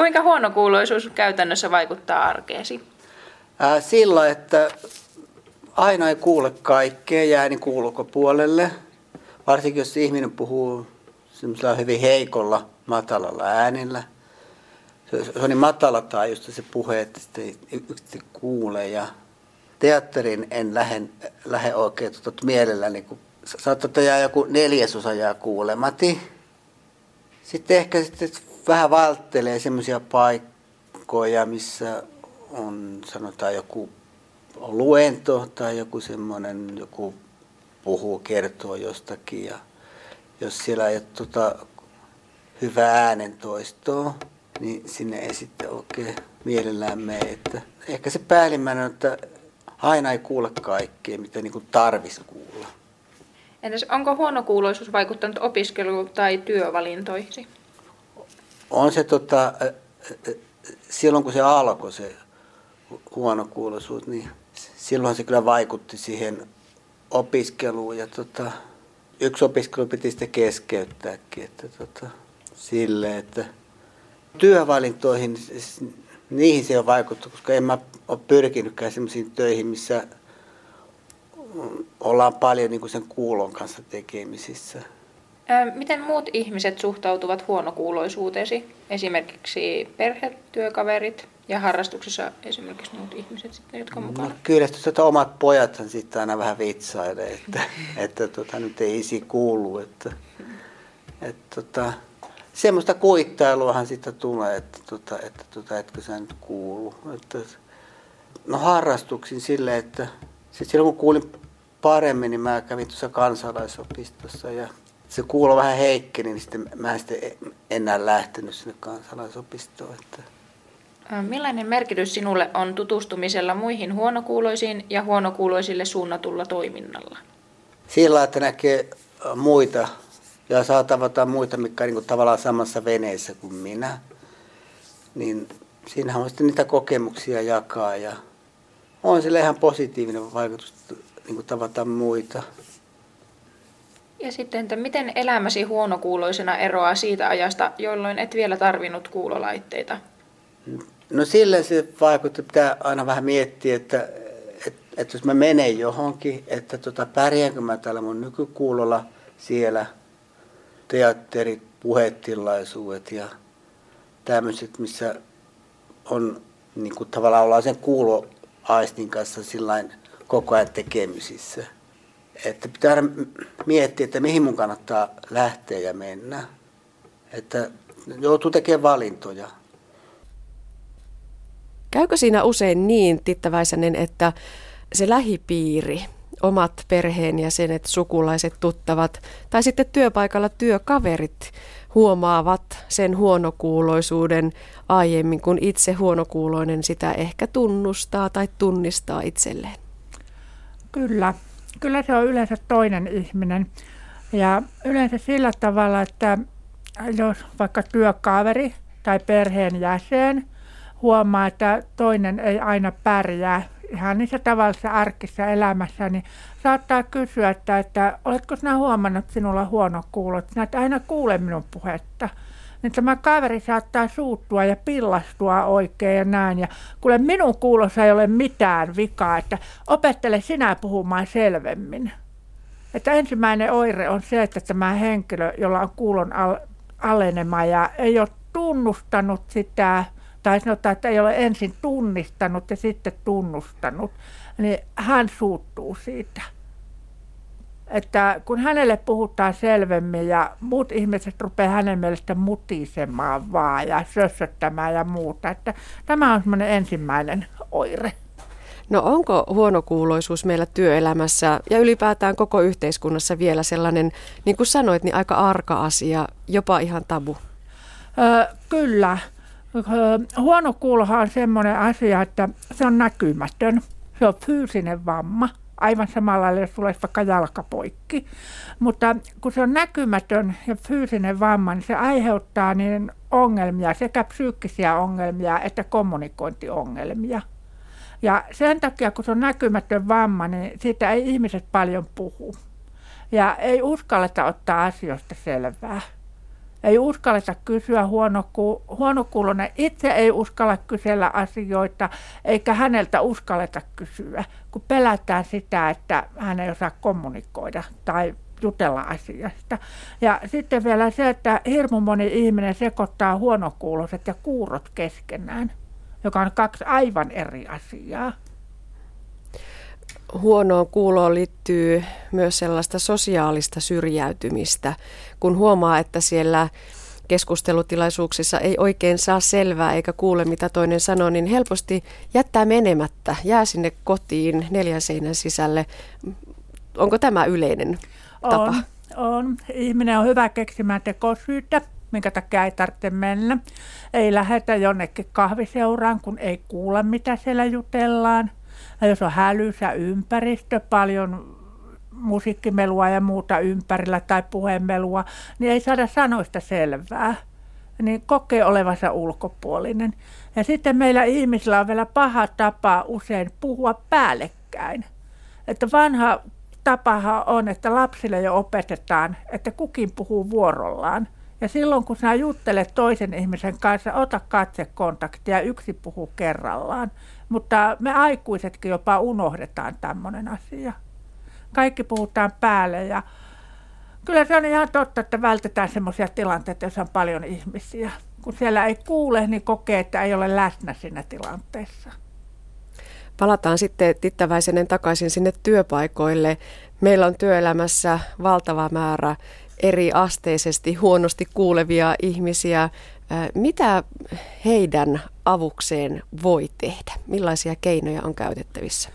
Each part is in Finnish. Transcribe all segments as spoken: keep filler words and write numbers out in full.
kuinka huonokuuloisuus käytännössä vaikuttaa arkeesi? Ää, sillä, että aina ei kuule kaikkea, jää niin kuulokopuolelle. Varsinkin jos ihminen puhuu semmoisella hyvin heikolla, matalalla äänellä. Se, se on niin matala taajuista se puhe, että sitä ei yksin kuule. Ja teatterin en lähde, lähde oikein tuota, mielelläni, kun saattaa jää joku neljäsosa jää kuulemati. Sitten ehkä sitten vähän välttelee semmoisia paikkoja, missä on sanotaan joku luento tai joku semmoinen, joku puhuu, kertoo jostakin. Ja jos siellä ei ole tota hyvää äänentoistoa, niin sinne ei sitten oikein mielellään mene. Että ehkä se päällimmäinen on, että aina ei kuule kaikkea, mitä niin kuin tarvitsisi kuulla. Entäs onko huonokuuloisuus vaikuttanut opiskelu- tai työvalintoihin? On se tota, silloin kun se alkoi se huonokuuloisuus, niin silloin se kyllä vaikutti siihen opiskeluun. Ja tota, yksi opiskelu piti sitten keskeyttääkin, että tota, sille, että työvalintoihin, niihin se on vaikuttanut, koska en mä ole pyrkinytkään sellaisiin töihin, missä ollaan paljon niin kuin sen kuulon kanssa tekemisissä. Miten muut ihmiset suhtautuvat huonokuuloisuuteesi? Esimerkiksi perhetyökaverit ja harrastuksessa esimerkiksi muut ihmiset, sitten, jotka on mukana? No, kyllä, että omat pojathan sitten aina vähän vitsailee, että, että tota, nyt ei isi kuulu. Että, että, tota, semmoista kuittailuahan siitä tulee, että, tota, että tota, etkö sä nyt kuulu. Että, no harrastuksin silleen, että sit silloin kun kuulin paremmin, niin mä kävin tuossa kansalaisopistossa ja se kuulo vähän heikkeni, niin sitten mä en sitten enää lähtenyt sinne kansalaisopistoon. Että. Millainen merkitys sinulle on tutustumisella muihin huonokuuloisiin ja huonokuuloisille suunnatulla toiminnalla? Sillä, että näkee muita ja saa tavata muita, mitkä on niin kuin tavallaan samassa veneessä kuin minä. Niin siinähän on sitten niitä kokemuksia jakaa ja on sillä ihan positiivinen vaikutus niin kuin tavata muita. Ja sitten, että miten elämäsi huonokuuloisena eroaa siitä ajasta, jolloin et vielä tarvinnut kuulolaitteita? No sillä se vaikuttaa, pitää aina vähän miettiä, että, että, että jos mä menen johonkin, että tota, pärjäänkö mä täällä mun nykykuulolla siellä, teatterit, puhetilaisuudet ja tämmöiset, missä on niin kuin tavallaan ollaan sen kuuloaistin kanssa sillain koko ajan tekemisissä. Että pitää aina miettiä, että mihin mun kannattaa lähteä ja mennä. Että joutuu tekemään valintoja. Käykö siinä usein niin, Titta Väisänen, että se lähipiiri, omat perheenjäsenet, sukulaiset, tuttavat tai sitten työpaikalla työkaverit huomaavat sen huonokuuloisuuden aiemmin, kun itse huonokuuloinen sitä ehkä tunnustaa tai tunnistaa itselleen? Kyllä. Kyllä se on yleensä toinen ihminen. Ja yleensä sillä tavalla, että jos vaikka työkaveri tai perheenjäsen huomaa, että toinen ei aina pärjää ihan niissä tavallisissa arkissa elämässä, niin saattaa kysyä, että, että oletko sinä huomannut, että sinulla on huono kuulo, että sinä et aina kuule minun puhetta. Niin tämä kaveri saattaa suuttua ja pillastua oikein ja näin. Ja kuule, minun kuulossa ei ole mitään vikaa, että opettele sinä puhumaan selvemmin. Että ensimmäinen oire on se, että tämä henkilö, jolla on kuulon alenema ja ei ole tunnustanut sitä, tai sanotaan, että ei ole ensin tunnistanut ja sitten tunnustanut, niin hän suuttuu siitä. Että kun hänelle puhutaan selvemmin ja muut ihmiset rupeaa hänen mielestä mutisemaan vaan ja sössöttämään ja muuta, että tämä on semmoinen ensimmäinen oire. No onko huonokuuloisuus meillä työelämässä ja ylipäätään koko yhteiskunnassa vielä sellainen, niin kuin sanoit, niin aika arka asia, jopa ihan tabu? Öö, kyllä. Öö, huono kuulohan on semmoinen asia, että se on näkymätön. Se on fyysinen vamma. Aivan samalla lailla, jos sulla olisi vaikka jalka poikki. Mutta kun se on näkymätön ja fyysinen vamma, niin se aiheuttaa niin ongelmia, sekä psyykkisiä ongelmia että kommunikointiongelmia. Ja sen takia, kun se on näkymätön vamma, niin siitä ei ihmiset paljon puhu. Ja ei uskalleta ottaa asioista selvää. Ei uskalleta kysyä, huonoku, huonokuuloinen itse ei uskalla kysellä asioita, eikä häneltä uskalleta kysyä, kun pelätään sitä, että hän ei osaa kommunikoida tai jutella asiasta. Ja sitten vielä se, että hirmu moni ihminen sekoittaa huonokuuloiset ja kuurot keskenään, joka on kaksi aivan eri asiaa. Huonoon kuuloon liittyy myös sellaista sosiaalista syrjäytymistä, kun huomaa, että siellä keskustelutilaisuuksissa ei oikein saa selvää eikä kuule, mitä toinen sanoo, niin helposti jättää menemättä, jää sinne kotiin neljän seinän sisälle. Onko tämä yleinen tapa? On, on. Ihminen on hyvä keksimään tekosyyttä, minkä takia ei tarvitse mennä. Ei lähetä jonnekin kahviseuraan, kun ei kuule, mitä siellä jutellaan. Ja jos on hälysä ympäristö, paljon musiikkimelua ja muuta ympärillä tai puhemelua, niin ei saada sanoista selvää. Niin kokee olevansa ulkopuolinen. Ja sitten meillä ihmisillä on vielä paha tapa usein puhua päällekkäin. Että vanha tapahan on, että lapsille jo opetetaan, että kukin puhuu vuorollaan. Ja silloin kun sinä juttelet toisen ihmisen kanssa, ota katsekontaktia ja yksi puhuu kerrallaan. Mutta me aikuisetkin jopa unohdetaan tämmöinen asia. Kaikki puhutaan päälle ja kyllä se on ihan totta, että vältetään semmoisia tilanteita, joissa on paljon ihmisiä. Kun siellä ei kuule, niin kokee, että ei ole läsnä siinä tilanteessa. Palataan sitten Tittäväisenen takaisin sinne työpaikoille. Meillä on työelämässä valtava määrä eri asteisesti huonosti kuulevia ihmisiä. Mitä heidän avukseen voi tehdä? Millaisia keinoja on käytettävissä?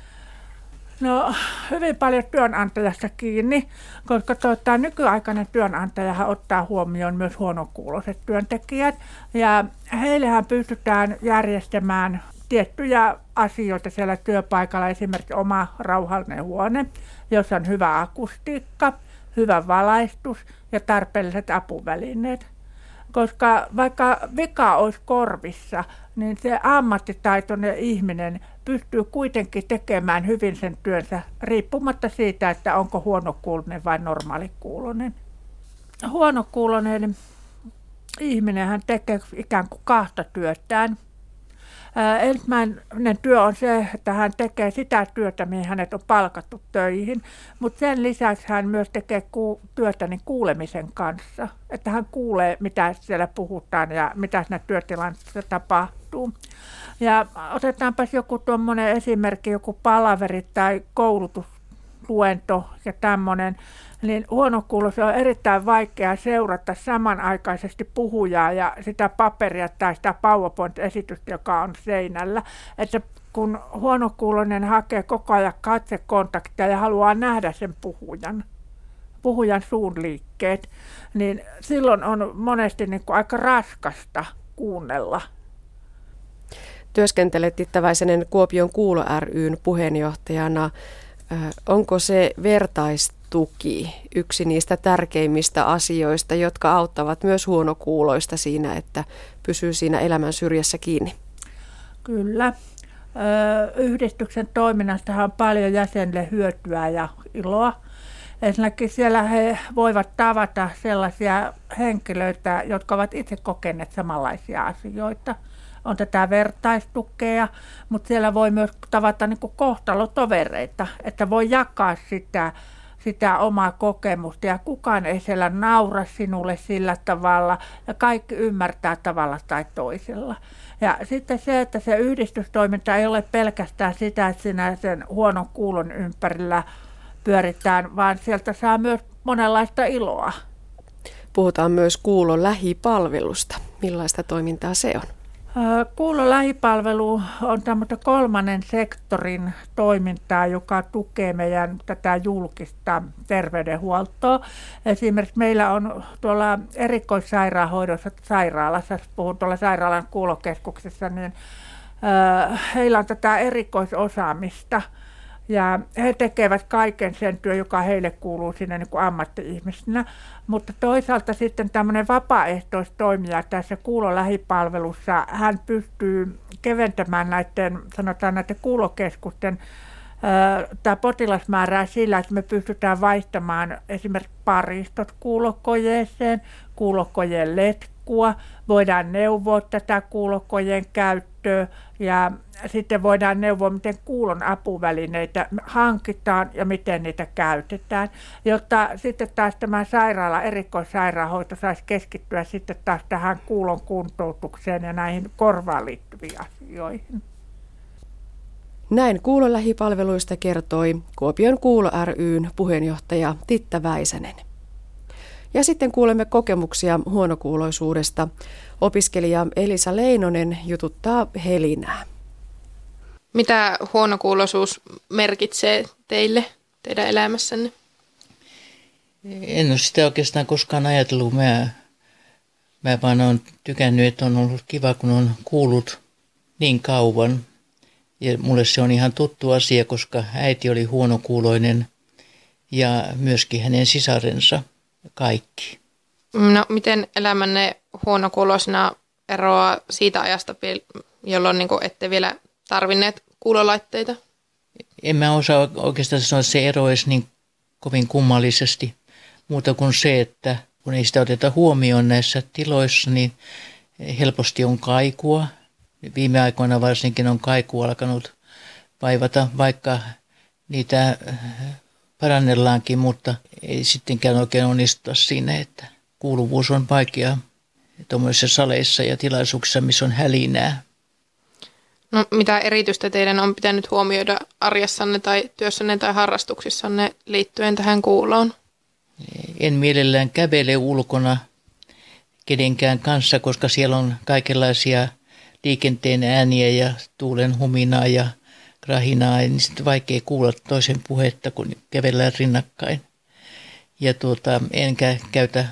No hyvin paljon työnantajasta kiinni, koska tuota, nykyaikainen työnantajahan ottaa huomioon myös huonokuuloiset työntekijät. Ja heillehän pystytään järjestämään tiettyjä asioita siellä työpaikalla, esimerkiksi oma rauhallinen huone, jossa on hyvä akustiikka, hyvä valaistus ja tarpeelliset apuvälineet. Koska vaikka vika olisi korvissa, niin se ammattitaitoinen ihminen pystyy kuitenkin tekemään hyvin sen työnsä riippumatta siitä, että onko huonokuuloinen vai normaalikuuloinen. Huonokuuloinen ihminen hän tekee ikään kuin kahta työtään. Ensimmäinen työ on se, että hän tekee sitä työtä, mihin hänet on palkattu töihin, mutta sen lisäksi hän myös tekee työtä niin kuulemisen kanssa, että hän kuulee, mitä siellä puhutaan ja mitä siinä työtilanteessa tapahtuu. Ja otetaanpas joku tuommoinen esimerkki, joku palaveri tai koulutusluento ja tämmöinen, niin huonokuuloisen on erittäin vaikea seurata samanaikaisesti puhujaa ja sitä paperia tai sitä PowerPoint-esitystä, joka on seinällä. Että kun huonokuuloinen hakee koko ajan katsekontaktia ja haluaa nähdä sen puhujan, puhujan suun liikkeet, niin silloin on monesti niin kuin aika raskasta kuunnella. Työskentelet Tittäväisenen Kuopion Kuulo ry:n puheenjohtajana. Onko se vertaistuki yksi niistä tärkeimmistä asioista, jotka auttavat myös huonokuuloista siinä, että pysyy siinä elämän syrjässä kiinni? Kyllä. Yhdistyksen toiminnasta on paljon jäsenille hyötyä ja iloa. Ensinnäkin siellä he voivat tavata sellaisia henkilöitä, jotka ovat itse kokeneet samanlaisia asioita. On tätä vertaistukea, mutta siellä voi myös tavata niin kuin kohtalotovereita, että voi jakaa sitä, sitä omaa kokemusta ja kukaan ei siellä naura sinulle sillä tavalla ja kaikki ymmärtää tavalla tai toisella. Ja sitten se, että se yhdistystoiminta ei ole pelkästään sitä, että sinä sen huonon kuulon ympärillä pyöritään, vaan sieltä saa myös monenlaista iloa. Puhutaan myös kuulon lähipalvelusta. Millaista toimintaa se on? Kuulon lähipalvelu on tämmöistä kolmannen sektorin toimintaa, joka tukee meidän tätä julkista terveydenhuoltoa. Esimerkiksi meillä on tuolla erikoissairaanhoidossa sairaalassa, puhun tuolla sairaalan kuulokeskuksessa, niin heillä on tätä erikoisosaamista. Ja he tekevät kaiken sen työn, joka heille kuuluu sinne niin kuin ammatti-ihmisenä. Mutta toisaalta sitten tämmöinen vapaaehtoistoimija tässä kuulon lähipalvelussa, hän pystyy keventämään näiden, sanotaan näiden kuulokeskusten Tämä potilas määrää sillä, että me pystytään vaihtamaan esimerkiksi paristot kuulokojeeseen, kuulokojeen letkua, voidaan neuvoa tätä kuulokojen käyttöä ja sitten voidaan neuvoa, miten kuulon apuvälineitä hankitaan ja miten niitä käytetään, jotta sitten taas tämä sairaala, erikoissairaanhoito saisi keskittyä sitten taas tähän kuulon kuntoutukseen ja näihin korvaan liittyviin asioihin. Näin kuulolähipalveluista kertoi Kuopion Kuulo ry:n puheenjohtaja Titta Väisänen. Ja sitten kuulemme kokemuksia huonokuuloisuudesta. Opiskelija Elisa Leinonen jututtaa Helinää. Mitä huonokuuloisuus merkitsee teille, teidän elämässänne? En ole sitä oikeastaan koskaan ajatellut. Mä, mä vaan olen tykännyt, että on ollut kiva, kun on kuullut niin kauan. Ja mulle se on ihan tuttu asia, koska äiti oli huonokuuloinen ja myöskin hänen sisarensa kaikki. No, miten elämänne huonokuuloisena eroaa siitä ajasta, jolloin niin kuin ette vielä tarvinneet kuulolaitteita? En mä osaa oikeastaan sanoa, että se eroaisi niin kovin kummallisesti. Muuta kuin se, että kun ei sitä oteta huomioon näissä tiloissa, niin helposti on kaikua. Viime aikoina varsinkin on kaiku alkanut vaivata, vaikka niitä parannellaankin, mutta ei sittenkään oikein onnistuta siinä, että kuuluvuus on vaikeaa tuommoisissa saleissa ja tilaisuuksissa, missä on hälinää. No, mitä erityistä teidän on pitänyt huomioida arjessanne tai työssänne tai harrastuksissanne liittyen tähän kuuloon? En mielellään kävele ulkona kenenkään kanssa, koska siellä on kaikenlaisia liikenteen ääniä ja tuulen huminaa ja rahinaa, niin sitten vaikea kuulla toisen puhetta, kun kävellään rinnakkain. Ja tuota, enkä käytä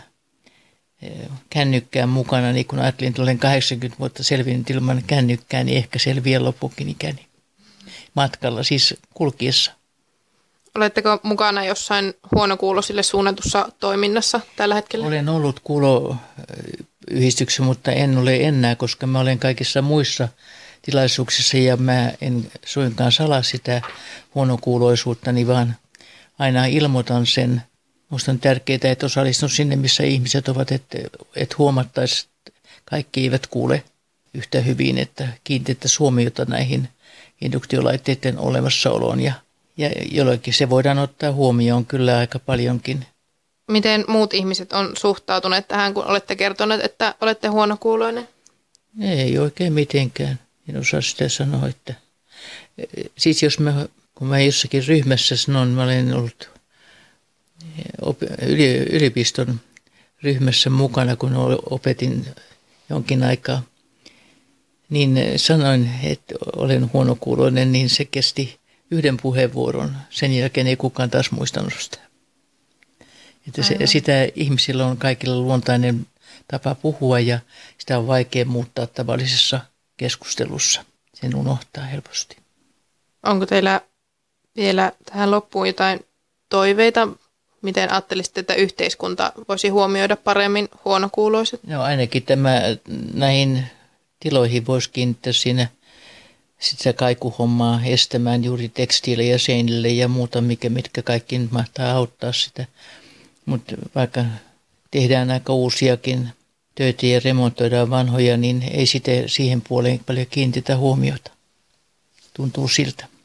kännykkään mukana, niin kun ajattelin, että olen kahdeksankymmentä vuotta selvinnyt ilman kännykkää, niin ehkä selviää loppukin ikäni matkalla, siis kulkiessa. Oletteko mukana jossain huonokuulosille suunnatussa toiminnassa tällä hetkellä? Olen ollut kuuloyhdistyksessä, mutta en ole enää, koska mä olen kaikissa muissa tilaisuuksissa ja mä en suinkaan salaa sitä huonokuuloisuuttani, vaan aina ilmoitan sen. Minusta on tärkeää, että osallistun sinne, missä ihmiset ovat, että, että huomattaisiin, että kaikki eivät kuule yhtä hyvin, että kiinnitettäisiin huomiota näihin induktiolaitteiden olemassaoloon ja, ja jollekin se voidaan ottaa huomioon kyllä aika paljonkin. Miten muut ihmiset on suhtautuneet tähän, kun olette kertoneet, että olette huonokuuloinen? Ei oikein mitenkään. En osaa sitä sanoa, että siis jos mä, kun mä jossakin ryhmässä sanon, mä olen ollut yliopiston ryhmässä mukana, kun opetin jonkin aikaa, niin sanoin, että olen huonokuuloinen, niin se kesti yhden puheenvuoron. Sen jälkeen ei kukaan taas muistanut sitä. Että se, sitä ihmisillä on kaikilla luontainen tapa puhua ja sitä on vaikea muuttaa tavallisessa keskustelussa. Sen unohtaa helposti. Onko teillä vielä tähän loppuun jotain toiveita? Miten ajattelisitte, että yhteiskunta voisi huomioida paremmin huonokuuloiset? No ainakin tämä, näihin tiloihin voisi kiinnittää siinä sitä kaikuhommaa estämään juuri tekstiille ja seinille ja muuta, mikä, mitkä kaikki nyt mahtaa auttaa sitä. Mutta vaikka tehdään aika uusiakin töitä ja remontoidaan vanhoja, niin ei sitä siihen puoleen paljon kiinnitetä huomiota. Tuntuu siltä.